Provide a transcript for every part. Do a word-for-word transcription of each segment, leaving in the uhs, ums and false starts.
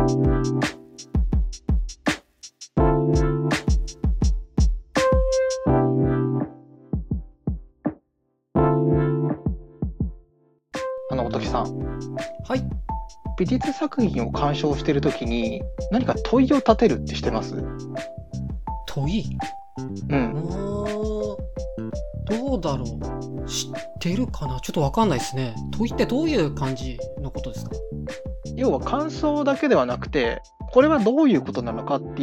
あの音木さん、 はい。 美術作品を鑑賞しているときに何か問いを立てるってしてます？ 問いうあん。 ーどうだろう。知ってるかな、ちょっとわかんないですね。問いってどういう感じのことですか？ 要は感想だけではなくて、これはどういうことなのかっていう、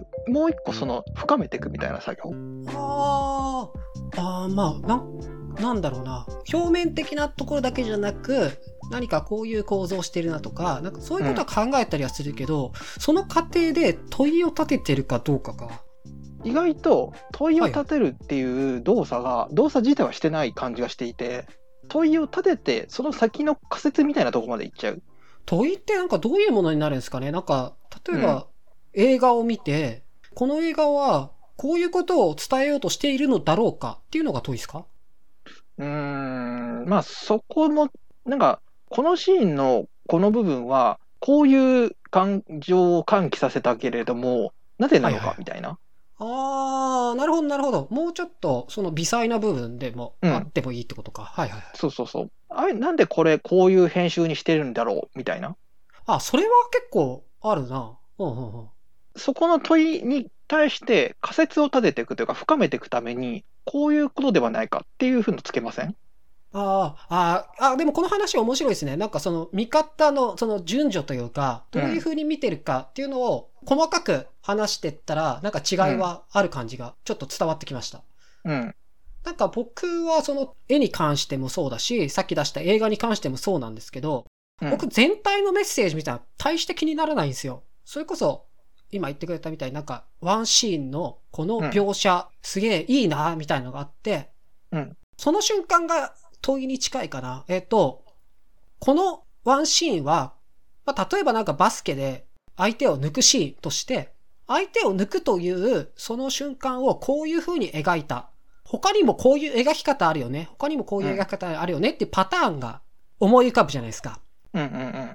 もう一個その深めていくみたいな作業。 あーあー、まあ、な、なんだろうな。表面的なところだけじゃなく、何かこういう構造してるなとか、なんかそういうことは考えたりはするけど、その過程で問いを立ててるかどうかか。 意外と問いをはいはい。 立てるっていう動作が、動作自体はしてない感じがしていて、問いを立ててその先の仮説みたいなところまで行っちゃう。 問いってなんかどういうものになるんですかね。なんか、例えうん。 ば映画を見て、この映画はこういうことを伝えようとしているのだろうかっていうのが問いですか？ うーん、まあそこも、なんか、このシーンのこの部分は、こういう感情を喚起させたけれども、なぜなのはいはい。 かみたいな。 あー、なるほどなるほど。もうちょっとその微細な部分でもうん。 あってもいいってことか。はいはいはい。 そうそうそう。あれ、なんでこれ、こういう編集にしてるんだろうみたいな。 あ、それは結構あるな。うんうんうん。 そこの問いに対して仮説を立てていくというか、深めていくために、こういうことではないかっていうふうのつけません？ あーあー、あ、でもこの話面白いですね。なんかその見方のその順序というか、どういううん。 風に見てるかっていうのを細かく話してったら、なんか違いうん。 はある感じがちょっと伝わってきました。 うん。 なんか僕はその絵に関してもそうだし、さっき出した映画に関してもそうなんですけど、 うん。 僕全体のメッセージみたいな大して気にならないんですよ。それこそ今言ってくれたみたいになんかワンシーンのこのうん。 描写すげえいいなみたいなのがあって、 うん。 その瞬間が問いに近いかな。えっと、このワンシーンは、まあ、例えばなんかバスケで相手を抜くシーンとして、相手を抜くというその瞬間をこういう風に描いた。他にもこういう描き方あるよね。他にもこううん。 いう描き方あるよねっていうパターンが思い浮かぶじゃないですか。 うん。うん。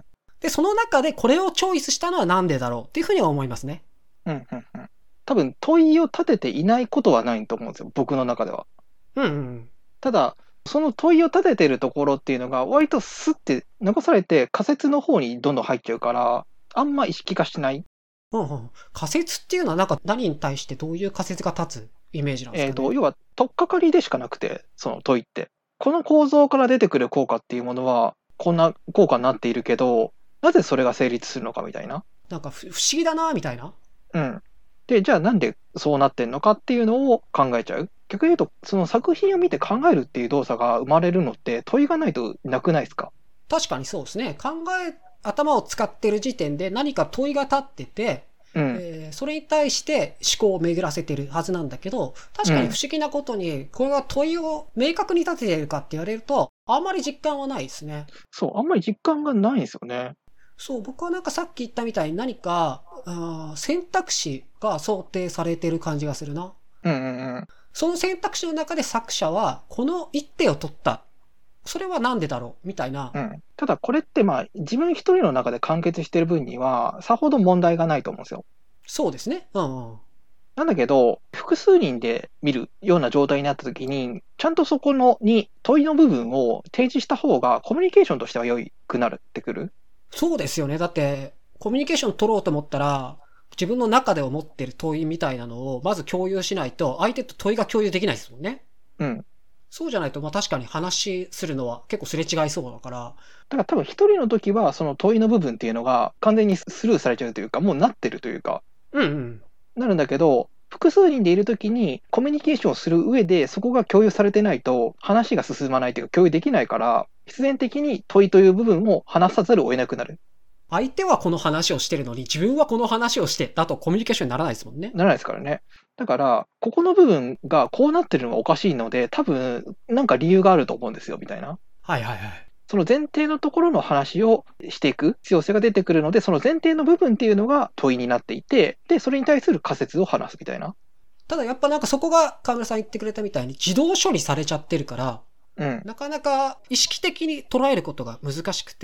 で、その中でこれをチョイスしたのはなんでだろうっていう風には思いますね。 うん。うん。多分問いを立てていないことはないと思うんですよ、僕の中では。 うんうん。 ただ、その問いを立ててるところっていうのが、割とスッて残されて仮説の方にどんどん入っちゃうから、あんま意識化してない。 うんうん。仮説っていうのはなんか何に対してどういう仮説が立つイメージなんですえっと、 かね。 要は、取っかかりでしかなくて、その問いって。この構造から出てくる効果っていうものは、こんな効果になっているけど、なぜそれが成立するのかみたいな。 なんか不思議だなみたいな。 うん。で、じゃあなんでそうなってんのかっていうのを考えちゃう。逆に言うと、その作品を見て考えるっていう動作が生まれるのって問いがないとなくないですか？ 確かにそうですね。考え、頭を使ってる時点で何か問いが立ってて、 うん。 えーそれに対して思考を巡らせてるはずなんだけど、確かに不うん。 思議なことに、これが問いを明確に立てているかって言われると、あんまり実感はないですね。 そう、あんまり実感がないんですよね。 そう、僕はなんかさっき言ったみたいに何か、あー選択肢が想定されてる感じがするな。 うんうんうん。 その選択肢の中で作者は、この一手を取った。それはなんでだろうみたいな。 うん。ただこれってまあ自分一人の中で完結してる分にはさほど問題がないと思うんですよ。 そうですね。うんうん。 なんだけど、複数人で見るような状態になった時に、ちゃんとそこのに問いの部分を提示した方がコミュニケーションとしては良くなるってくる。 そうですよね。だって、コミュニケーション取ろうと思ったら、自分の中で思ってる問いみたいなのをまず共有しないと、相手と問いが共有できないですもんね。 うん。 そうじゃないと、まあ確かに話するのは結構すれ違いそうだから。 だから多分一人の時はその問いの部分っていうのが完全にスルーされちゃうというか、もうなってるというか、 うんうん。 なるんだけど、複数人でいる時にコミュニケーションをする上でそこが共有されてないと話が進まないというか共有できないから、必然的に問いという部分を話さざるを得なくなる。 相手はこの話をしてるのに、自分はこの話をして、だとコミュニケーションにならないですもんね。 ならないですからね。だから、ここの部分がこうなってるのがおかしいので、多分、なんか理由があると思うんですよ、みたいな。 はいはいはい。 その前提のところの話をしていく必要性が出てくるので、その前提の部分っていうのが問いになっていて、で、それに対する仮説を話すみたいな。 ただやっぱなんかそこが河村さん言ってくれたみたいに自動処理されちゃってるから、 うん。 なかなか意識的に捉えることが難しくて、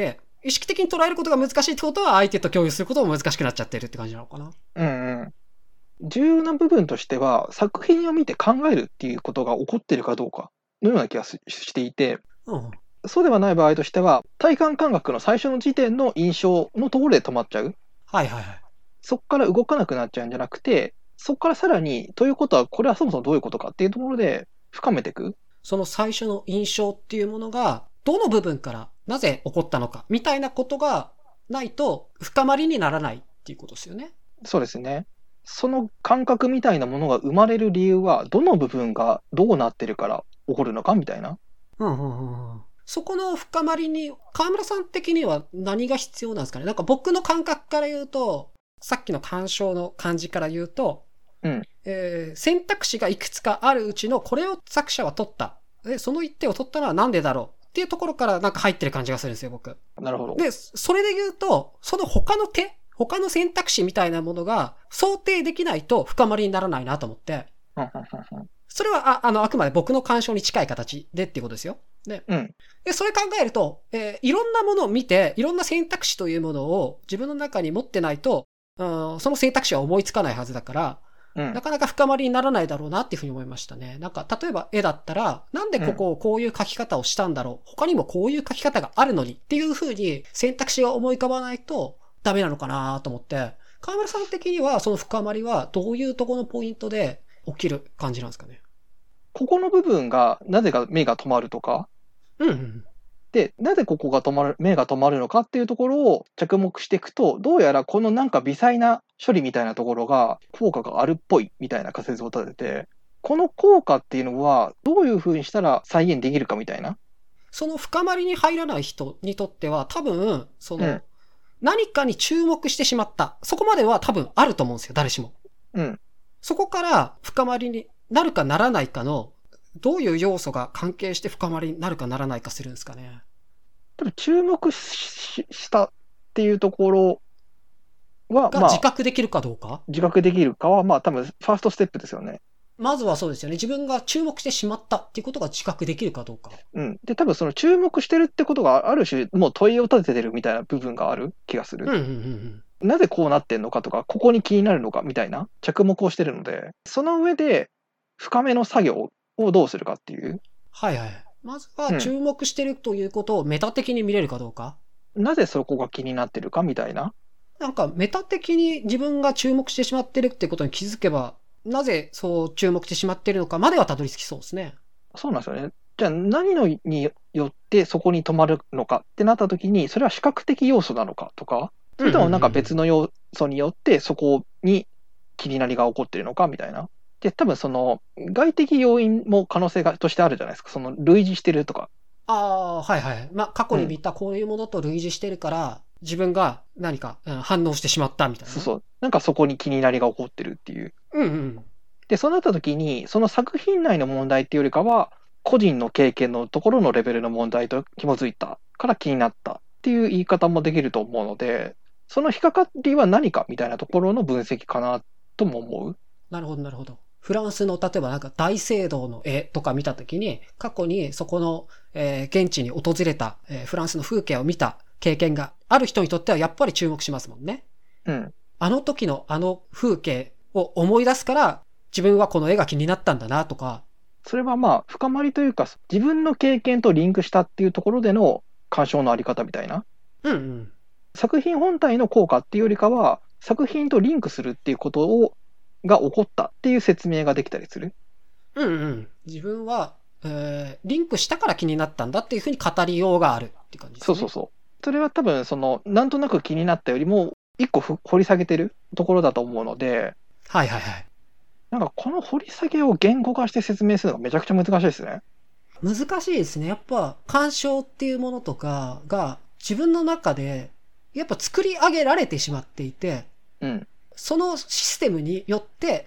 意識的に捉えることが難しいってことは、相手と共有することも難しくなっちゃってるって感じなのかな。 うんうん。重要な部分としては、作品を見て考えるっていうことが起こっているかどうかのような気がししていて、 うん。 そうではない場合としては、体感感覚の最初の時点の印象のところで止まっちゃう。 はいはいはい。 そこから動かなくなっちゃうんじゃなくて、そこからさらに、ということは、これはそもそもどういうことかっていうところで深めていく。 その最初の印象っていうものが、どの部分からなぜ起こったのか、みたいなことがないと、深まりにならないっていうことですよね。 そうですね。その感覚みたいなものが生まれる理由は、どの部分がどうなってるから起こるのかみたいな。 うんうんうんうん。そこの深まりに、河村さん的には何が必要なんですかね。なんか僕の感覚から言うと、さっきの鑑賞の感じから言うと、 うんえー選択肢がいくつかあるうちのこれを作者は取った。で、その一手を取ったのはなんでだろうっていうところからなんか入ってる感じがするんですよ、僕。 なるほど。 で、それで言うと、その他の手他の選択肢みたいなものが想定できないと深まりにならないなと思って、 うんうんうんうんそれは、あ、あの、あくまで僕の鑑賞に近い形でっていうことですよ。で、 うんでそれ考えると、えーいろんなものを見て、いろんな選択肢というものを自分の中に持ってないと、うんその選択肢は思いつかないはずだから、 うんなかなか深まりにならないだろうなっていうふうに思いましたね。なんか、例えば絵だったら、なんでここをこういう描き方をしたんだろう、他にもこういう描き方があるのにっていうふうに選択肢が思い浮かばないとダメなのかなと思って、河村さん的にはその深まりはどういうところのポイントで起きる感じなんですかね。 ここの部分が、なぜか目が止まるとか、 うんうん。 で、なぜここが止まる、目が止まるのかっていうところを着目していくと、どうやらこのなんか微細な処理みたいなところが効果があるっぽいみたいな仮説を立てて、この効果っていうのはどういうふうにしたら再現できるかみたいな。 その深まりに入らない人にとっては多分、その、 うん何かに注目してしまった。そこまでは多分あると思うんですよ、誰しも。 うん。 そこから深まりになるかならないかの、どういう要素が関係して深まりになるかならないかするんですかね。 多分注目ししたっていうところは、 がまあ、 自覚できるかどうか自覚できるかは、まあ多分ファーストステップですよね。 まずはそうですよね。自分が注目してしまったっていうことが自覚できるかどうか。 うん。で、多分その注目してるってことがある種、もう問いを立ててるみたいな部分がある気がする。 うんうんうんうん。 なぜこうなってんのかとか、ここに気になるのかみたいな着目をしてるので、その上で深めの作業をどうするかっていう。 はいはい。まずはうん注目してるということをメタ的に見れるかどうか。 なぜそこが気になってるかみたいな。 なんかメタ的に自分が注目してしまってるってことに気づけば、なぜそう注目してしまってるのかまではたどり着きそうですね。 そうなんですよね。じゃあ何のによってそこに止まるのかってなった時に、それは視覚的要素なのかとか、それともなんか別の要素によってそこに気になりが起こってるのかみたいな。で、多分その外的要因も可能性がとしてあるじゃないですか。その類似してるとか。 ああ、はいはい。まあ、過去に見たこういうものと類似してるから、自分が何か、うん反応してしまったみたいな。 そうそう。なんかそこに気になりが起こってるっていう。 うんうん。 で、そうなった時に、その作品内の問題っていうよりかは、個人の経験のところのレベルの問題と紐づいたから気になったっていう言い方もできると思うので、その引っかかりは何かみたいなところの分析かなとも思う。 なるほどなるほど。フランスの例えばなんか大聖堂の絵とか見たときに、過去にそこの、えー現地に訪れた、えーフランスの風景を見た経験がある人にとってはやっぱり注目しますもんね。 うん。 あの時のあの風景を思い出すから自分はこの絵が気になったんだなとか。 それはまあ、深まりというか、自分の経験とリンクしたっていうところでの鑑賞のあり方みたいな。 うんうん。 作品本体の効果っていうよりかは、作品とリンクするっていうことをが起こったっていう説明ができたりする。 うんうん。自分は、えーリンクしたから気になったんだっていうふうに語りようがあるっていう感じですね。 そうそうそう。それは多分、その、なんとなく気になったよりも、一個ふ掘り下げてるところだと思うので、 はいはいはい。 なんかこの掘り下げを言語化して説明するのがめちゃくちゃ難しいですね。 難しいですね。やっぱ、鑑賞っていうものとかが自分の中で、やっぱ作り上げられてしまっていて、 うん。 そのシステムによって、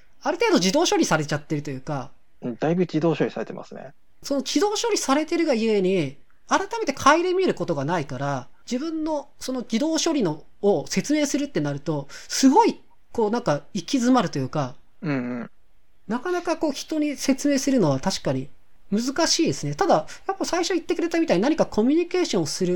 ある程度自動処理されちゃってるというか、 うんだいぶ自動処理されてますね。 その自動処理されてるがゆえに、改めて顧みることがないから、自分のその自動処理のを説明するってなると、すごい、こうなんか行き詰まるというか、 うんうん。 なかなかこう人に説明するのは確かに難しいですね。ただ、やっぱ最初言ってくれたみたいに何かコミュニケーションをする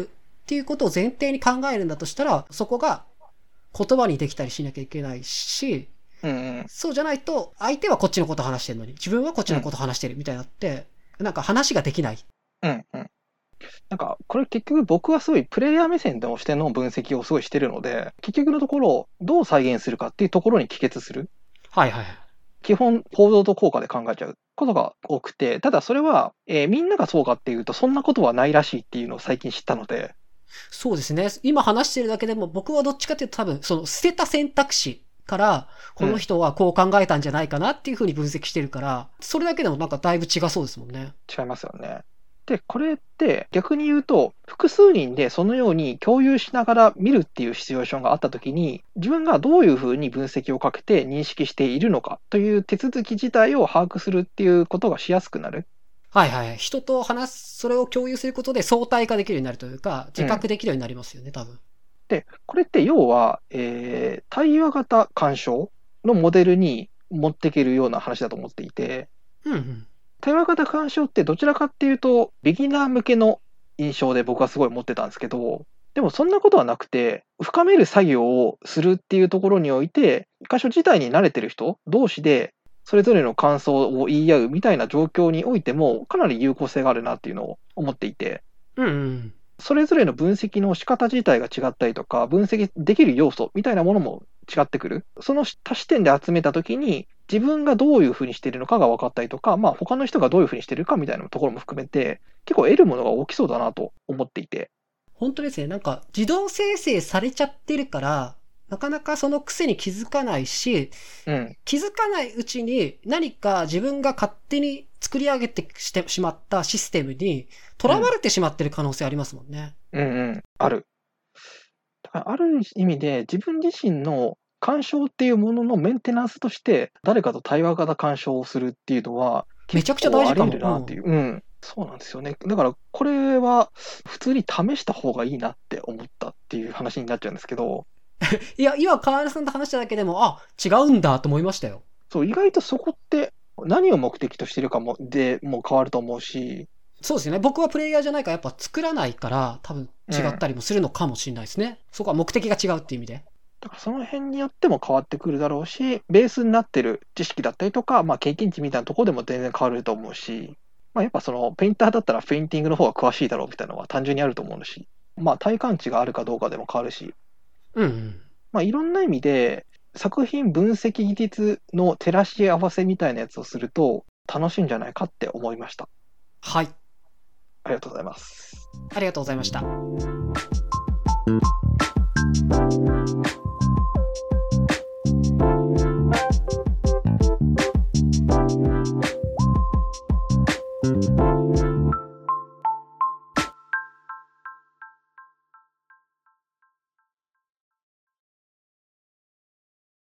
っていうことを前提に考えるんだとしたら、そこが言葉にできたりしなきゃいけないし、 うんうん、 そうじゃないと、相手はこっちのこと話してるのに、自分はこっちのこと話してるみたいになって、うん、なんか話ができない。 うんうん。なんか、これ結局僕はすごいプレイヤー目線での視点の分析をすごいしてるので、結局のところ、どう再現するかっていうところに帰結する。 はいはい。 基本、構造と効果で考えちゃうことが多くて、ただそれは、えーみんながそうかっていうと、そんなことはないらしいっていうのを最近知ったので。 そうですね。今話してるだけでも、僕はどっちかというと多分、その捨てた選択肢から、この人はこう考えたんじゃないかなっていうふうに分析してるから、それだけでもなんかだいぶ違そうですもんね。 違いますよね。で、これって逆に言うと、複数人でそのように共有しながら見るっていうシチュエーションがあったときに、自分がどういうふうに分析をかけて認識しているのかという手続き自体を把握するっていうことがしやすくなる。 はいはい。人と話す、それを共有することで相対化できるようになるというか、自覚できるようになりますよね、うん、多分。 で、これって要は、えー、対話型干渉のモデルに持っていけるような話だと思っていて、 うんうん。 対話型干渉ってどちらかっていうと、ビギナー向けの印象で僕はすごい持ってたんですけど、でもそんなことはなくて、深める作業をするっていうところにおいて、干渉自体に慣れてる人同士で、それぞれの感想を言い合うみたいな状況においても、かなり有効性があるなっていうのを思っていて、 うんうん。 それぞれの分析の仕方自体が違ったりとか、分析できる要素みたいなものも違ってくる。その多視点で集めたときに、自分がどういうふうにしているのかが分かったりとか、まあ他の人がどういうふうにしているかみたいなところも含めて、結構得るものが大きそうだなと思っていて。 本当ですね。なんか自動生成されちゃってるから、なかなかその癖に気づかないし、 うん、 気づかないうちに何か自分が勝手に作り上げてしてしまったシステムにとらわれてしまってる可能性ありますもんね。 うん、うん、うん、ある。だからある意味で自分自身の干渉っていうもののメンテナンスとして、誰かと対話型干渉をするっていうのは、 めちゃくちゃ大事かも。 結構あり得るなっていう。うん、うん、そうなんですよね。だからこれは普通に試した方がいいなって思ったっていう話になっちゃうんですけど。 いや、今河原さんと話しただけでも、あ、違うんだと思いましたよ。 そう、意外とそこって何を目的としてるかもでもう変わると思うし。 そうですよね。僕はプレイヤーじゃないからやっぱ作らないから多分違ったりもするのかもしれないですね。うん、そこは目的が違うっていう意味で。 だからその辺によっても変わってくるだろうし、ベースになってる知識だったりとか、まあ、経験値みたいなところでも全然変わると思うし、まあ、やっぱそのペインターだったらペインティングの方が詳しいだろうみたいなのは単純にあると思うし、まあ、体感値があるかどうかでも変わるし、 うんうん。 まあ、いろんな意味で作品分析技術の照らし合わせみたいなやつをすると楽しいんじゃないかって思いました。 はい。 ありがとうございます。 ありがとうございました。